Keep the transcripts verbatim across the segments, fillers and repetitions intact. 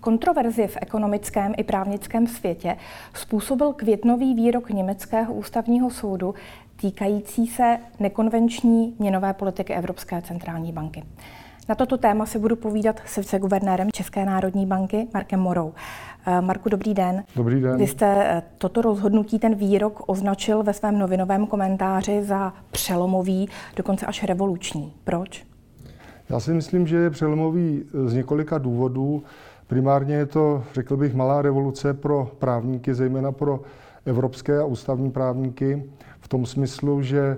Kontroverzi v ekonomickém i právnickém světě způsobil květnový výrok německého ústavního soudu týkající se nekonvenční měnové politiky Evropské centrální banky. Na toto téma si budu povídat se viceguvernérem České národní banky Markem Morou. Marku, dobrý den. Dobrý den. Vy jste toto rozhodnutí, ten výrok označil ve svém novinovém komentáři za přelomový, dokonce až revoluční. Proč? Já si myslím, že je přelomový z několika důvodů. Primárně je to, řekl bych, malá revoluce pro právníky, zejména pro evropské a ústavní právníky, v tom smyslu, že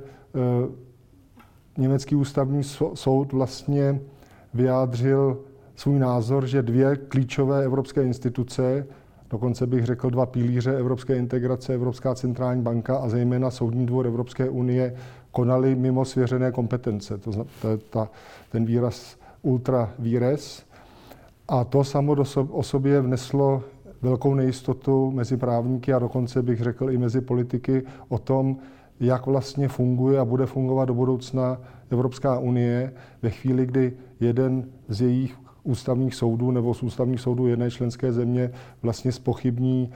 německý ústavní soud vlastně vyjádřil svůj názor, že dvě klíčové evropské instituce, dokonce bych řekl dva pilíře evropské integrace, Evropská centrální banka a zejména Soudní dvůr Evropské unie, konaly mimo svěřené kompetence. To, to je ta, ten výraz ultra vires. A to samo do so, o sobě vneslo velkou nejistotu mezi právníky a dokonce bych řekl i mezi politiky o tom, jak vlastně funguje a bude fungovat do budoucna Evropská unie ve chvíli, kdy jeden z jejich ústavních soudů nebo z ústavních soudů jedné členské země vlastně zpochybní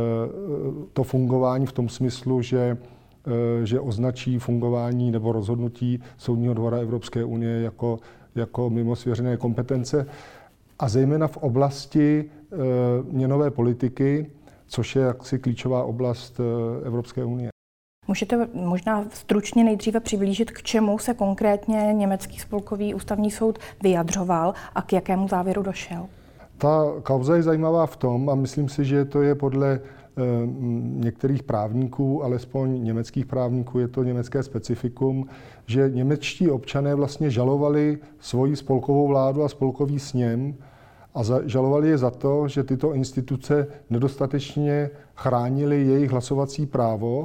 to fungování v tom smyslu, že, že označí fungování nebo rozhodnutí Soudního dvora Evropské unie jako, jako mimo svěřené kompetence. A zejména v oblasti měnové politiky, což je jaksi klíčová oblast Evropské unie. Můžete možná stručně nejdříve přiblížit, k čemu se konkrétně německý spolkový ústavní soud vyjadřoval a k jakému závěru došel? Ta kauza je zajímavá v tom, a myslím si, že to je podle některých právníků, alespoň německých právníků, je to německé specifikum, že němečtí občané vlastně žalovali svoji spolkovou vládu a spolkový sněm a žalovali je za to, že tyto instituce nedostatečně chránily jejich hlasovací právo,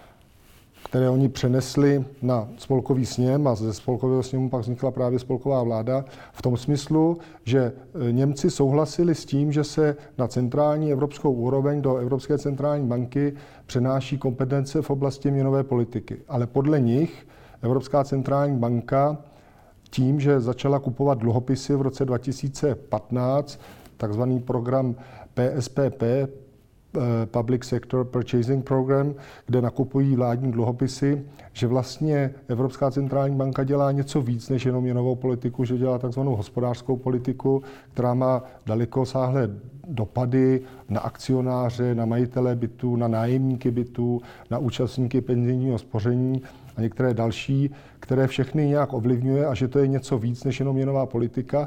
které oni přenesli na spolkový sněm a ze spolkového sněmu pak vznikla právě spolková vláda, v tom smyslu, že Němci souhlasili s tím, že se na centrální evropskou úroveň do Evropské centrální banky přenáší kompetence v oblasti měnové politiky. Ale podle nich Evropská centrální banka tím, že začala kupovat dluhopisy v roce dva tisíce patnáct, takzvaný program P S P P, Public Sector Purchasing Program, kde nakupují vládní dluhopisy, že vlastně Evropská centrální banka dělá něco víc než jenom měnovou politiku, že dělá takzvanou hospodářskou politiku, která má dalekosáhlé dopady na akcionáře, na majitele bytů, na nájemníky bytů, na účastníky penzijního spoření a některé další, které všechny nějak ovlivňuje a že to je něco víc než jenom měnová politika.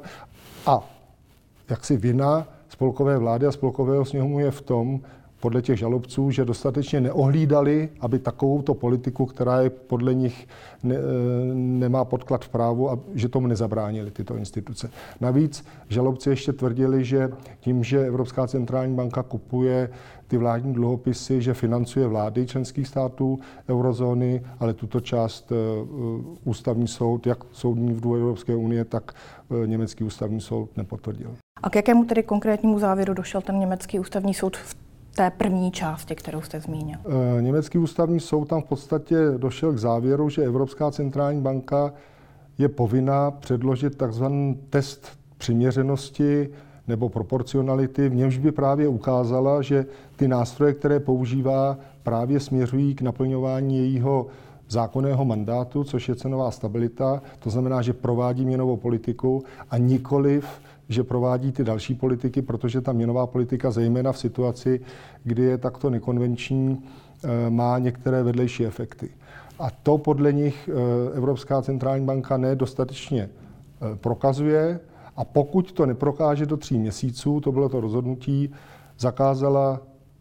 A jaksi vina spolkové vlády a spolkového sněmu je v tom, podle těch žalobců, že dostatečně neohlídali, aby takovouto politiku, která je podle nich ne, nemá podklad v právu, a že tomu nezabránili tyto instituce. Navíc žalobci ještě tvrdili, že tím, že Evropská centrální banka kupuje ty vládní dluhopisy, že financuje vlády členských států eurozóny, ale tuto část ústavní soud, jak Soudní dvůr Evropské unie, tak německý ústavní soud nepotvrdil. A k jakému tedy konkrétnímu závěru došel ten německý ústavní soud v té první části, kterou jste zmínil? Německý ústavní soud tam v podstatě došel k závěru, že Evropská centrální banka je povinna předložit takzvaný test přiměřenosti nebo proporcionality, v němž by právě ukázala, že ty nástroje, které používá, právě směřují k naplňování jejího zákonného mandátu, což je cenová stabilita, to znamená, že provádí měnovou politiku a nikoliv, že provádí ty další politiky, protože ta měnová politika, zejména v situaci, kdy je takto nekonvenční, má některé vedlejší efekty. A to podle nich Evropská centrální banka nedostatečně prokazuje a pokud to neprokáže do tří měsíců, to bylo to rozhodnutí, zakázala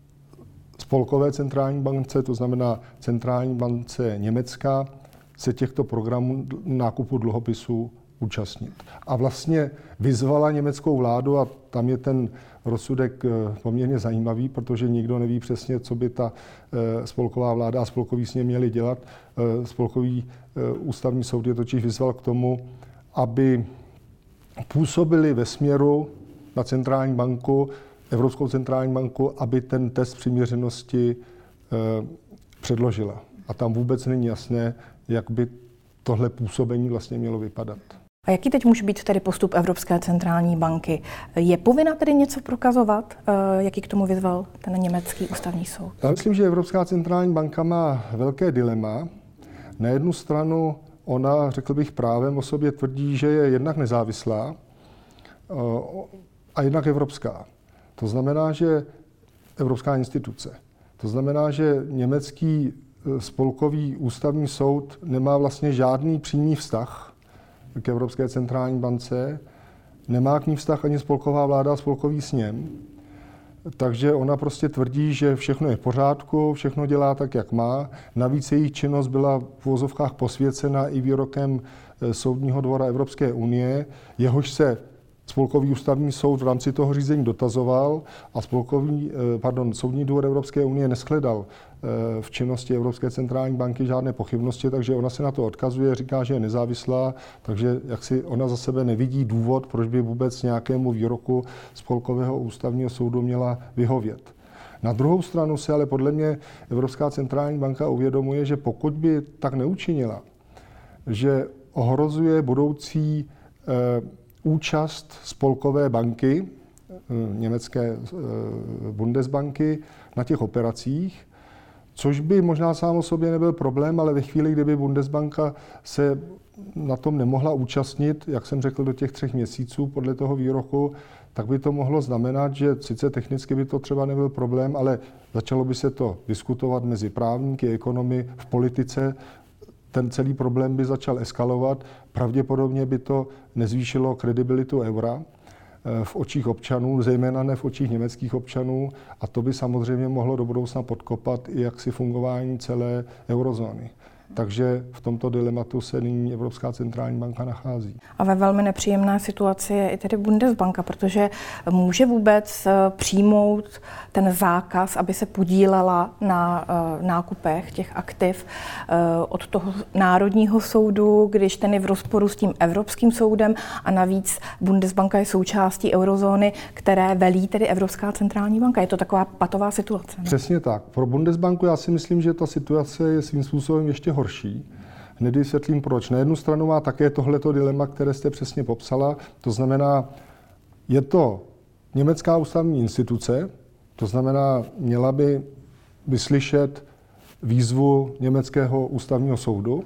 spolkové centrální bance, to znamená centrální bance Německa, se těchto programů nákupu dluhopisů účastnit. A vlastně vyzvala německou vládu, a tam je ten rozsudek poměrně zajímavý, protože nikdo neví přesně, co by ta spolková vláda a spolkový sněm měli dělat. Spolkový ústavní soud je totiž vyzval k tomu, aby působili ve směru na centrální banku, Evropskou centrální banku, aby ten test přiměřenosti předložila. A tam vůbec není jasné, jak by tohle působení vlastně mělo vypadat. A jaký teď může být tedy postup Evropské centrální banky? Je povinna tedy něco prokazovat, jaký k tomu vyzval ten německý ústavní soud? Já myslím, že Evropská centrální banka má velké dilema. Na jednu stranu ona, řekl bych, právem o sobě tvrdí, že je jednak nezávislá a jednak evropská. To znamená, že evropská instituce. To znamená, že německý spolkový ústavní soud nemá vlastně žádný přímý vztah k Evropské centrální bance, nemá k ní vztah ani spolková vláda a spolkový sněm. Takže ona prostě tvrdí, že všechno je v pořádku, všechno dělá tak, jak má. Navíc jejich činnost byla v uvozovkách posvěcena i výrokem Soudního dvora Evropské unie, jehož se Spolkový ústavní soud v rámci toho řízení dotazoval a spolkový, pardon, Soudní dvor Evropské unie neshledal v činnosti Evropské centrální banky žádné pochybnosti, takže ona se na to odkazuje, říká, že je nezávislá, takže jak si ona za sebe nevidí důvod, proč by vůbec nějakému výroku Spolkového ústavního soudu měla vyhovět. Na druhou stranu se ale podle mě Evropská centrální banka uvědomuje, že pokud by tak neučinila, že ohrozuje budoucí eh, účast spolkové banky, německé Bundesbanky, na těch operacích, což by možná sám o sobě nebyl problém, ale ve chvíli, kdyby Bundesbanka se na tom nemohla účastnit, jak jsem řekl, do těch třech měsíců podle toho výroku, tak by to mohlo znamenat, že sice technicky by to třeba nebyl problém, ale začalo by se to diskutovat mezi právníky, ekonomy, v politice. Ten celý problém by začal eskalovat. Pravděpodobně by to nezvýšilo kredibilitu eura v očích občanů, zejména ne v očích německých občanů, a to by samozřejmě mohlo do budoucna podkopat i jaksi fungování celé eurozóny. Takže v tomto dilematu se nyní Evropská centrální banka nachází. A ve velmi nepříjemné situaci je i tedy Bundesbanka, protože může vůbec přijmout ten zákaz, aby se podílela na uh, nákupech těch aktiv uh, od toho národního soudu, když ten je v rozporu s tím Evropským soudem, a navíc Bundesbanka je součástí eurozóny, které velí tedy Evropská centrální banka. Je to taková patová situace. Ne? Přesně tak. Pro Bundesbanku já si myslím, že ta situace je svým způsobem ještě horší. Hned vysvětlím proč. Na jednu stranu má také tohleto dilema, které jste přesně popsala. To znamená, je to německá ústavní instituce, to znamená, měla by vyslyšet výzvu německého ústavního soudu.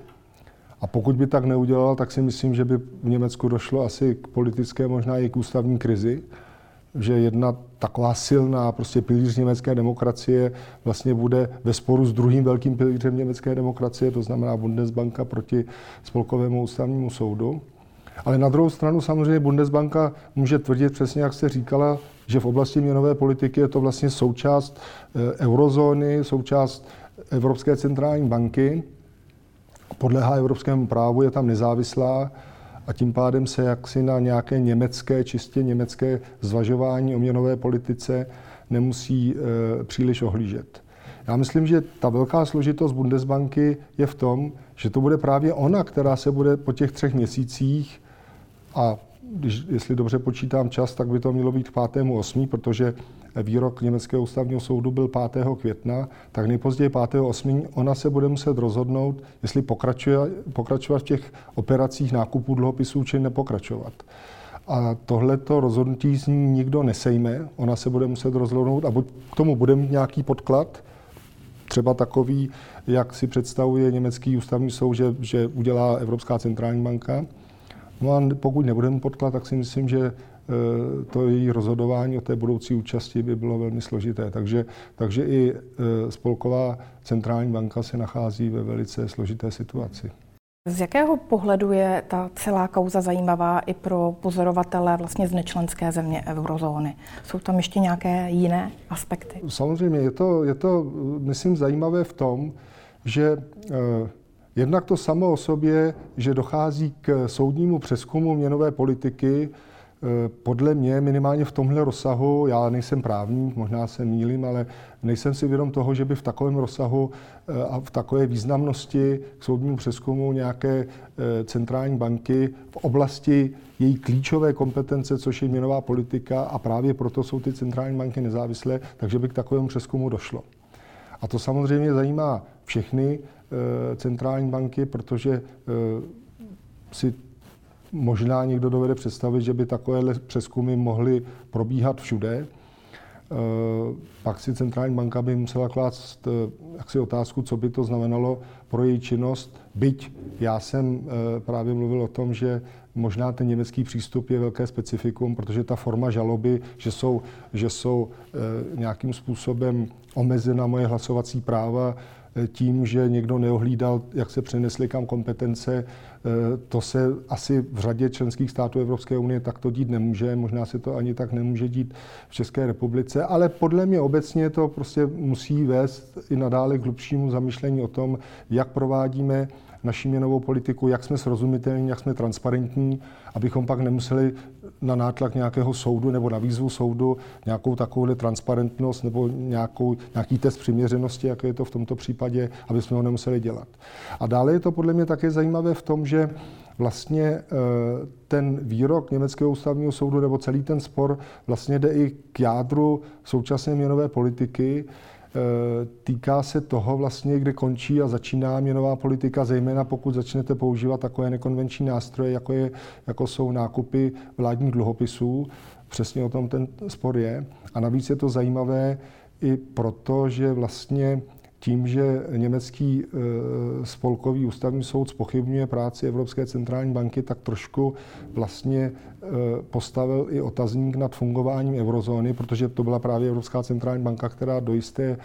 A pokud by tak neudělala, tak si myslím, že by v Německu došlo asi k politické, možná i k ústavní krizi, že jedna taková silná prostě pilíř německé demokracie vlastně bude ve sporu s druhým velkým pilířem německé demokracie, to znamená Bundesbanka proti Spolkovému ústavnímu soudu. Ale na druhou stranu samozřejmě Bundesbanka může tvrdit přesně, jak jste říkala, že v oblasti měnové politiky je to vlastně součást eurozóny, součást Evropské centrální banky, podléhá evropskému právu, je tam nezávislá, a tím pádem se jaksi na nějaké německé, čistě německé zvažování o měnové politice nemusí e, příliš ohlížet. Já myslím, že ta velká složitost Bundesbanky je v tom, že to bude právě ona, která se bude po těch třech měsících, a když, jestli dobře počítám čas, tak by to mělo být k pátému osmého, protože výrok německého ústavního soudu byl pátého května, tak nejpozději pátého osmého ona se bude muset rozhodnout, jestli pokračuje, pokračovat v těch operacích nákupu dluhopisů, či nepokračovat. A tohleto rozhodnutí z ní nikdo nesejme, ona se bude muset rozhodnout a buď k tomu bude mít nějaký podklad, třeba takový, jak si představuje německý ústavní soud, že, že udělá Evropská centrální banka. No a pokud nebudeme podklad, tak si myslím, že to její rozhodování o té budoucí účasti by bylo velmi složité. Takže, takže i Spolková centrální banka se nachází ve velice složité situaci. Z jakého pohledu je ta celá kauza zajímavá i pro pozorovatele vlastně z nečlenské země eurozóny? Jsou tam ještě nějaké jiné aspekty? Samozřejmě je to, je to myslím, zajímavé v tom, že jednak to samo o sobě, že dochází k soudnímu přezkumu měnové politiky, podle mě minimálně v tomhle rozsahu, já nejsem právník, možná se mýlím, ale nejsem si vědom toho, že by v takovém rozsahu a v takové významnosti k soudnímu přezkumu nějaké centrální banky v oblasti její klíčové kompetence, což je měnová politika, a právě proto jsou ty centrální banky nezávislé, takže by k takovému přezkumu došlo. A to samozřejmě zajímá všechny centrální banky, protože si možná někdo dovede představit, že by takovéhle přezkumy mohly probíhat všude. Pak si centrální banka by musela klást jaksi otázku, co by to znamenalo pro její činnost. Byť já jsem právě mluvil o tom, že možná ten německý přístup je velké specifikum, protože ta forma žaloby, že jsou, že jsou nějakým způsobem omezena moje hlasovací práva tím, že někdo neohlídal, jak se přenesly kam kompetence, to se asi v řadě členských států Evropské unie takto dít nemůže, možná se to ani tak nemůže dít v České republice, ale podle mě obecně to prostě musí vést i nadále k hlubšímu zamyšlení o tom, jak provádíme naši měnovou politiku, jak jsme srozumitelní, jak jsme transparentní, abychom pak nemuseli na nátlak nějakého soudu nebo na výzvu soudu nějakou takovou transparentnost nebo nějakou, nějaký test přiměřenosti, jako je to v tomto případě, aby jsme ho nemuseli dělat. A dále je to podle mě také zajímavé v tom, že vlastně ten výrok Německého ústavního soudu nebo celý ten spor vlastně jde i k jádru současné měnové politiky. Týká se toho vlastně, kde končí a začíná měnová politika, zejména pokud začnete používat takové nekonvenční nástroje, jako, je, jako jsou nákupy vládních dluhopisů. Přesně o tom ten spor je. A navíc je to zajímavé i proto, že vlastně tím, že německý e, spolkový ústavní soud zpochybňuje práci Evropské centrální banky, tak trošku vlastně e, postavil i otazník nad fungováním eurozóny, protože to byla právě Evropská centrální banka, která do jisté e,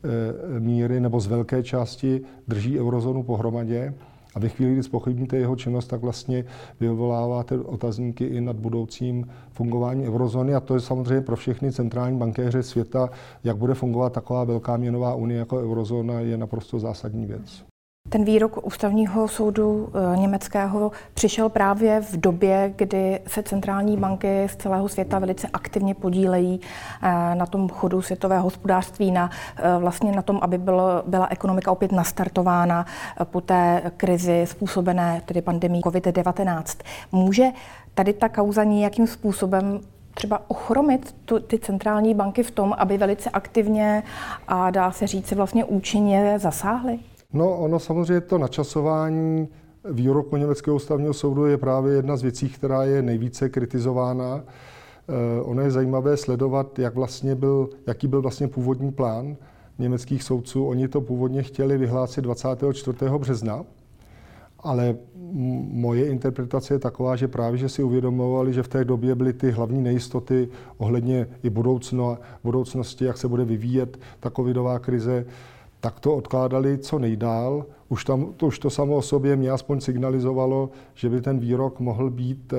míry nebo z velké části drží eurozónu pohromadě. A ve chvíli, kdy zpochybníte jeho činnost, tak vlastně vyvoláváte otazníky i nad budoucím fungováním eurozóny. A to je samozřejmě pro všechny centrální bankéře světa, jak bude fungovat taková velká měnová unie jako eurozóna, je naprosto zásadní věc. Ten výrok Ústavního soudu německého přišel právě v době, kdy se centrální banky z celého světa velice aktivně podílejí na tom chodu světového hospodářství, na, vlastně na tom, aby bylo, byla ekonomika opět nastartována po té krizi způsobené tedy pandemií covid devatenáct. Může tady ta kauza nějakým způsobem třeba ochromit tu, ty centrální banky v tom, aby velice aktivně a dá se říci vlastně účinně zasáhly? No, ono samozřejmě to načasování výroku Německého ústavního soudu je právě jedna z věcí, která je nejvíce kritizována. Eh, ono je zajímavé sledovat, jak vlastně byl, jaký byl vlastně původní plán německých soudců. Oni to původně chtěli vyhlásit dvacátého čtvrtého března, ale moje interpretace je taková, že právě, že si uvědomovali, že v té době byly ty hlavní nejistoty ohledně i budoucno, budoucnosti, jak se bude vyvíjet ta covidová krize, tak to odkládali co nejdál. Už, tam, to, už to samo o sobě mě aspoň signalizovalo, že by ten výrok mohl být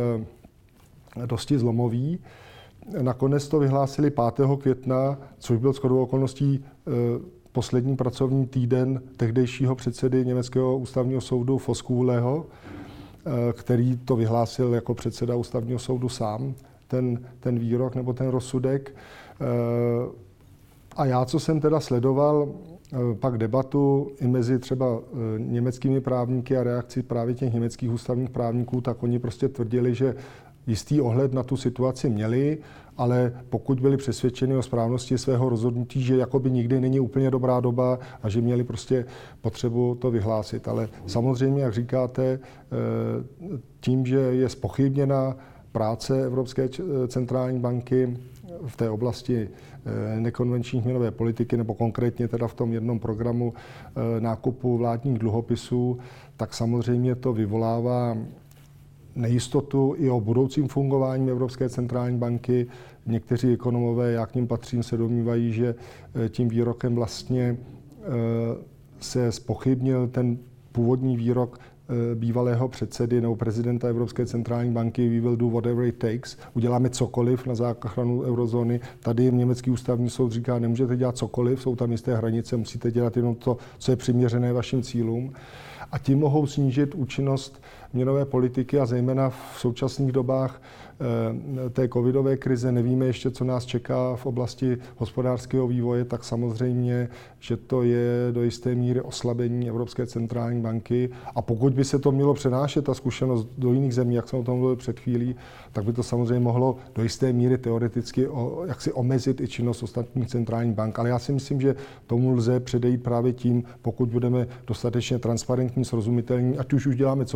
eh, dosti zlomový. Nakonec to vyhlásili pátého května, což byl shodou okolností eh, poslední pracovní týden tehdejšího předsedy Německého ústavního soudu Voskuhleho, eh, který to vyhlásil jako předseda ústavního soudu sám, ten, ten výrok nebo ten rozsudek. Eh, a já, co jsem teda sledoval, pak debatu i mezi třeba německými právníky a reakci právě těch německých ústavních právníků, tak oni prostě tvrdili, že jistý ohled na tu situaci měli, ale pokud byli přesvědčeni o správnosti svého rozhodnutí, že jakoby nikdy není úplně dobrá doba a že měli prostě potřebu to vyhlásit. Ale samozřejmě, jak říkáte, tím, že je zpochybněna práce Evropské centrální banky v té oblasti nekonvenční měnové politiky, nebo konkrétně teda v tom jednom programu nákupu vládních dluhopisů, tak samozřejmě to vyvolává nejistotu i o budoucím fungování Evropské centrální banky. Někteří ekonomové, já k nim patřím, se domnívají, že tím výrokem vlastně se zpochybnil ten původní výrok bývalého předsedy nebo prezidenta Evropské centrální banky we will do whatever it takes. Uděláme cokoliv na záchranu eurozóny. Tady jim německý ústavní soud říká, nemůžete dělat cokoliv, jsou tam jisté hranice, musíte dělat jenom to, co je přiměřené vašim cílům. A tím mohou snížit účinnost měnové politiky a zejména v současných dobách té covidové krize nevíme ještě, co nás čeká v oblasti hospodářského vývoje, tak samozřejmě, že to je do jisté míry oslabení Evropské centrální banky. A pokud by se to mělo přenášet, ta zkušenost do jiných zemí, jak jsme o tom mluvili před chvílí, tak by to samozřejmě mohlo do jisté míry teoreticky o, jak si omezit i činnost ostatních centrálních bank. Ale já si myslím, že tomu lze předejít právě tím, pokud budeme dostatečně transparentní, srozumitelní, ať už už děláme cokoliv,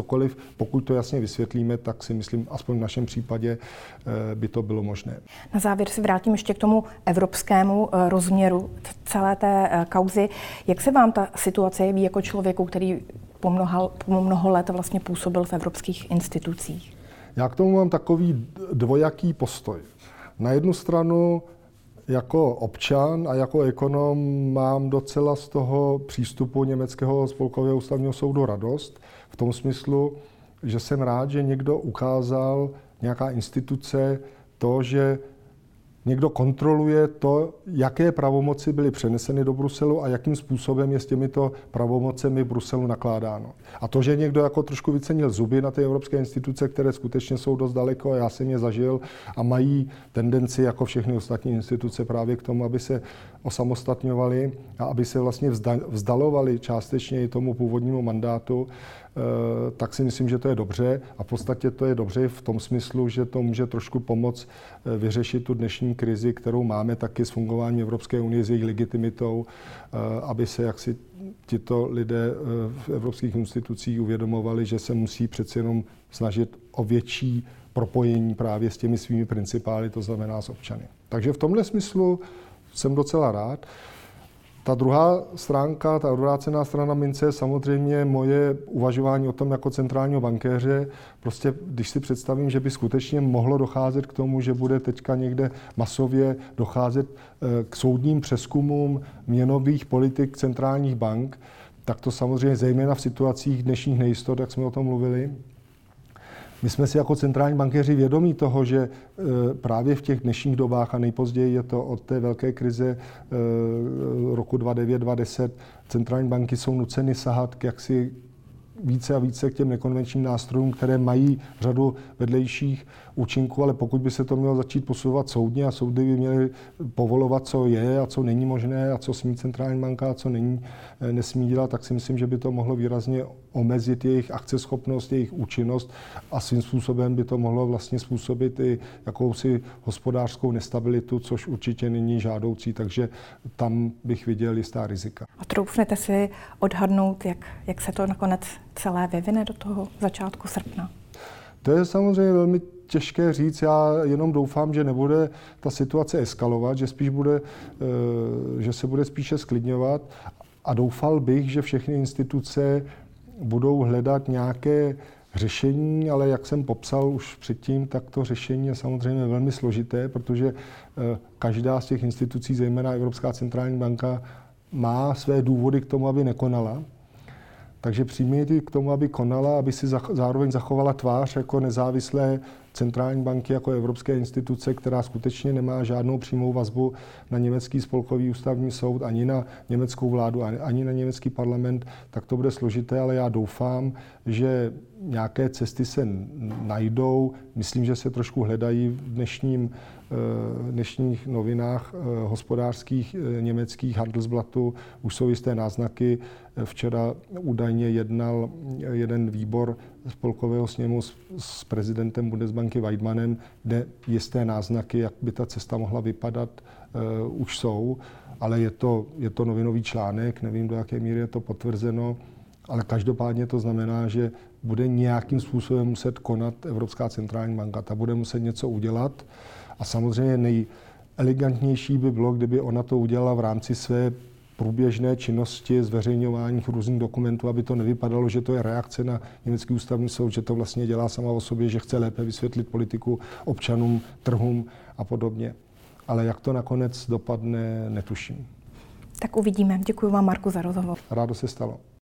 pokud to jasně vysvětlíme, tak si myslím, aspoň v našem případě by to bylo možné. Na závěr si vrátím ještě k tomu evropskému rozměru celé té kauzy. Jak se vám ta situace jeví jako člověku, který po mnoho, po mnoho let vlastně působil v evropských institucích? Já k tomu mám takový dvojaký postoj. Na jednu stranu jako občan a jako ekonom mám docela z toho přístupu německého spolkového ústavního soudu radost. V tom smyslu, že jsem rád, že někdo ukázal, nějaká instituce, to, že někdo kontroluje to, jaké pravomoci byly přeneseny do Bruselu a jakým způsobem je s těmito pravomocemi v Bruselu nakládáno. A to, že někdo jako trošku vycenil zuby na ty evropské instituce, které skutečně jsou dost daleko, a já jsem je zažil, a mají tendenci, jako všechny ostatní instituce, právě k tomu, aby se osamostatňovali a aby se vlastně vzdalovali částečně i tomu původnímu mandátu, tak si myslím, že to je dobře. A v podstatě to je dobře v tom smyslu, že to může trošku pomoct vyřešit tu dnešní krizi, kterou máme taky s fungováním Evropské unie, s jejich legitimitou, aby se jaksi tito lidé v evropských institucích uvědomovali, že se musí přeci jenom snažit o větší propojení právě s těmi svými principály, to znamená s občany. Takže v tomhle smyslu jsem docela rád. Ta druhá stránka, ta odvrácená strana mince je samozřejmě moje uvažování o tom jako centrálního bankéře. Prostě když si představím, že by skutečně mohlo docházet k tomu, že bude teďka někde masově docházet k soudním přezkumům měnových politik centrálních bank, tak to samozřejmě zejména v situacích dnešních nejistot, jak jsme o tom mluvili. My jsme si jako centrální bankéři vědomí toho, že právě v těch dnešních dobách a nejpozději je to od té velké krize roku dva tisíce devět dva tisíce deset, centrální banky jsou nuceny sahat k jaksi více a více k těm nekonvenčním nástrojům, které mají řadu vedlejších účinků, ale pokud by se to mělo začít posouvat soudně a soudy by měly povolovat, co je a co není možné a co smí centrální banka a co není, nesmí dělat, tak si myslím, že by to mohlo výrazně omezit jejich akceschopnost, jejich účinnost a svým způsobem by to mohlo vlastně způsobit i jakousi hospodářskou nestabilitu, což určitě není žádoucí, takže tam bych viděl jistá rizika. A troufnete si odhadnout, jak, jak se to nakonec celé vyvine do toho začátku srpna? To je samozřejmě velmi těžké říct. Já jenom doufám, že nebude ta situace eskalovat, že spíš bude, že se bude spíše sklidňovat a doufal bych, že všechny instituce budou hledat nějaké řešení, ale jak jsem popsal už předtím, tak to řešení je samozřejmě velmi složité, protože každá z těch institucí, zejména Evropská centrální banka, má své důvody k tomu, aby nekonala. Takže přimět k tomu, aby konala, aby si zároveň zachovala tvář jako nezávislé centrální banky, jako evropské instituce, která skutečně nemá žádnou přímou vazbu na německý spolkový ústavní soud, ani na německou vládu, ani na německý parlament, tak to bude složité, ale já doufám, že nějaké cesty se najdou. Myslím, že se trošku hledají v dnešním, dnešních novinách hospodářských německých Handelsblattu. Už jsou jisté náznaky. Včera údajně jednal jeden výbor spolkového sněmu s, s prezidentem Bundesbanky Weidmannem, kde jisté náznaky, jak by ta cesta mohla vypadat, uh, už jsou, ale je to, je to novinový článek, nevím, do jaké míry je to potvrzeno, ale každopádně to znamená, že bude nějakým způsobem muset konat Evropská centrální banka. Ta bude muset něco udělat a samozřejmě nejelegantnější by bylo, kdyby ona to udělala v rámci své průběžné činnosti, zveřejňování různých dokumentů, aby to nevypadalo, že to je reakce na německý ústavní soud, že to vlastně dělá sama o sobě, že chce lépe vysvětlit politiku občanům, trhům a podobně. Ale jak to nakonec dopadne, netuším. Tak uvidíme. Děkuji vám, Marku, za rozhovor. Rádo se stalo.